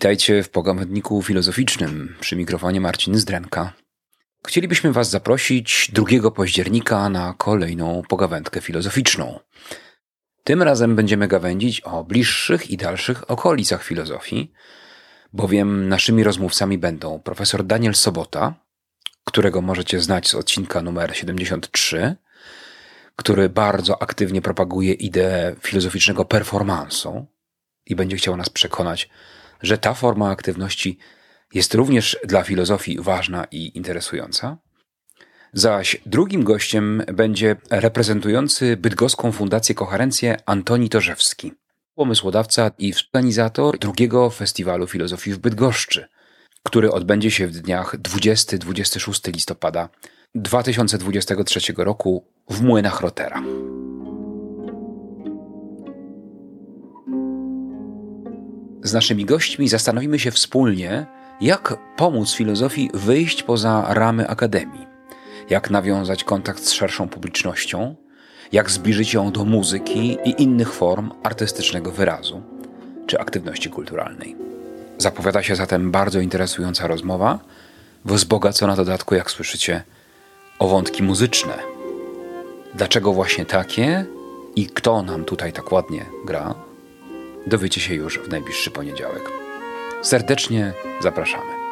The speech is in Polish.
Witajcie w pogawędniku filozoficznym. Przy mikrofonie Marcin Zdrenka. Chcielibyśmy Was zaprosić 2 października na kolejną pogawędkę filozoficzną. Tym razem będziemy gawędzić o bliższych i dalszych okolicach filozofii, bowiem naszymi rozmówcami będą profesor Daniel Sobota, którego możecie znać z odcinka numer 73, który bardzo aktywnie propaguje ideę filozoficznego performansu i będzie chciał nas przekonać, że ta forma aktywności jest również dla filozofii ważna i interesująca. Zaś drugim gościem będzie reprezentujący bydgoską Fundację Koherencję Antoni Torzewski, pomysłodawca i współorganizator 2. Festiwalu Filozofii w Bydgoszczy, który odbędzie się w dniach 20-26 listopada 2023 roku w Młynach Rotera. Z naszymi gośćmi zastanowimy się wspólnie, jak pomóc filozofii wyjść poza ramy akademii, jak nawiązać kontakt z szerszą publicznością, jak zbliżyć ją do muzyki i innych form artystycznego wyrazu czy aktywności kulturalnej. Zapowiada się zatem bardzo interesująca rozmowa, wzbogacona na dodatku, jak słyszycie, o wątki muzyczne. Dlaczego właśnie takie i kto nam tutaj tak ładnie gra, dowiecie się już w najbliższy poniedziałek. Serdecznie zapraszamy.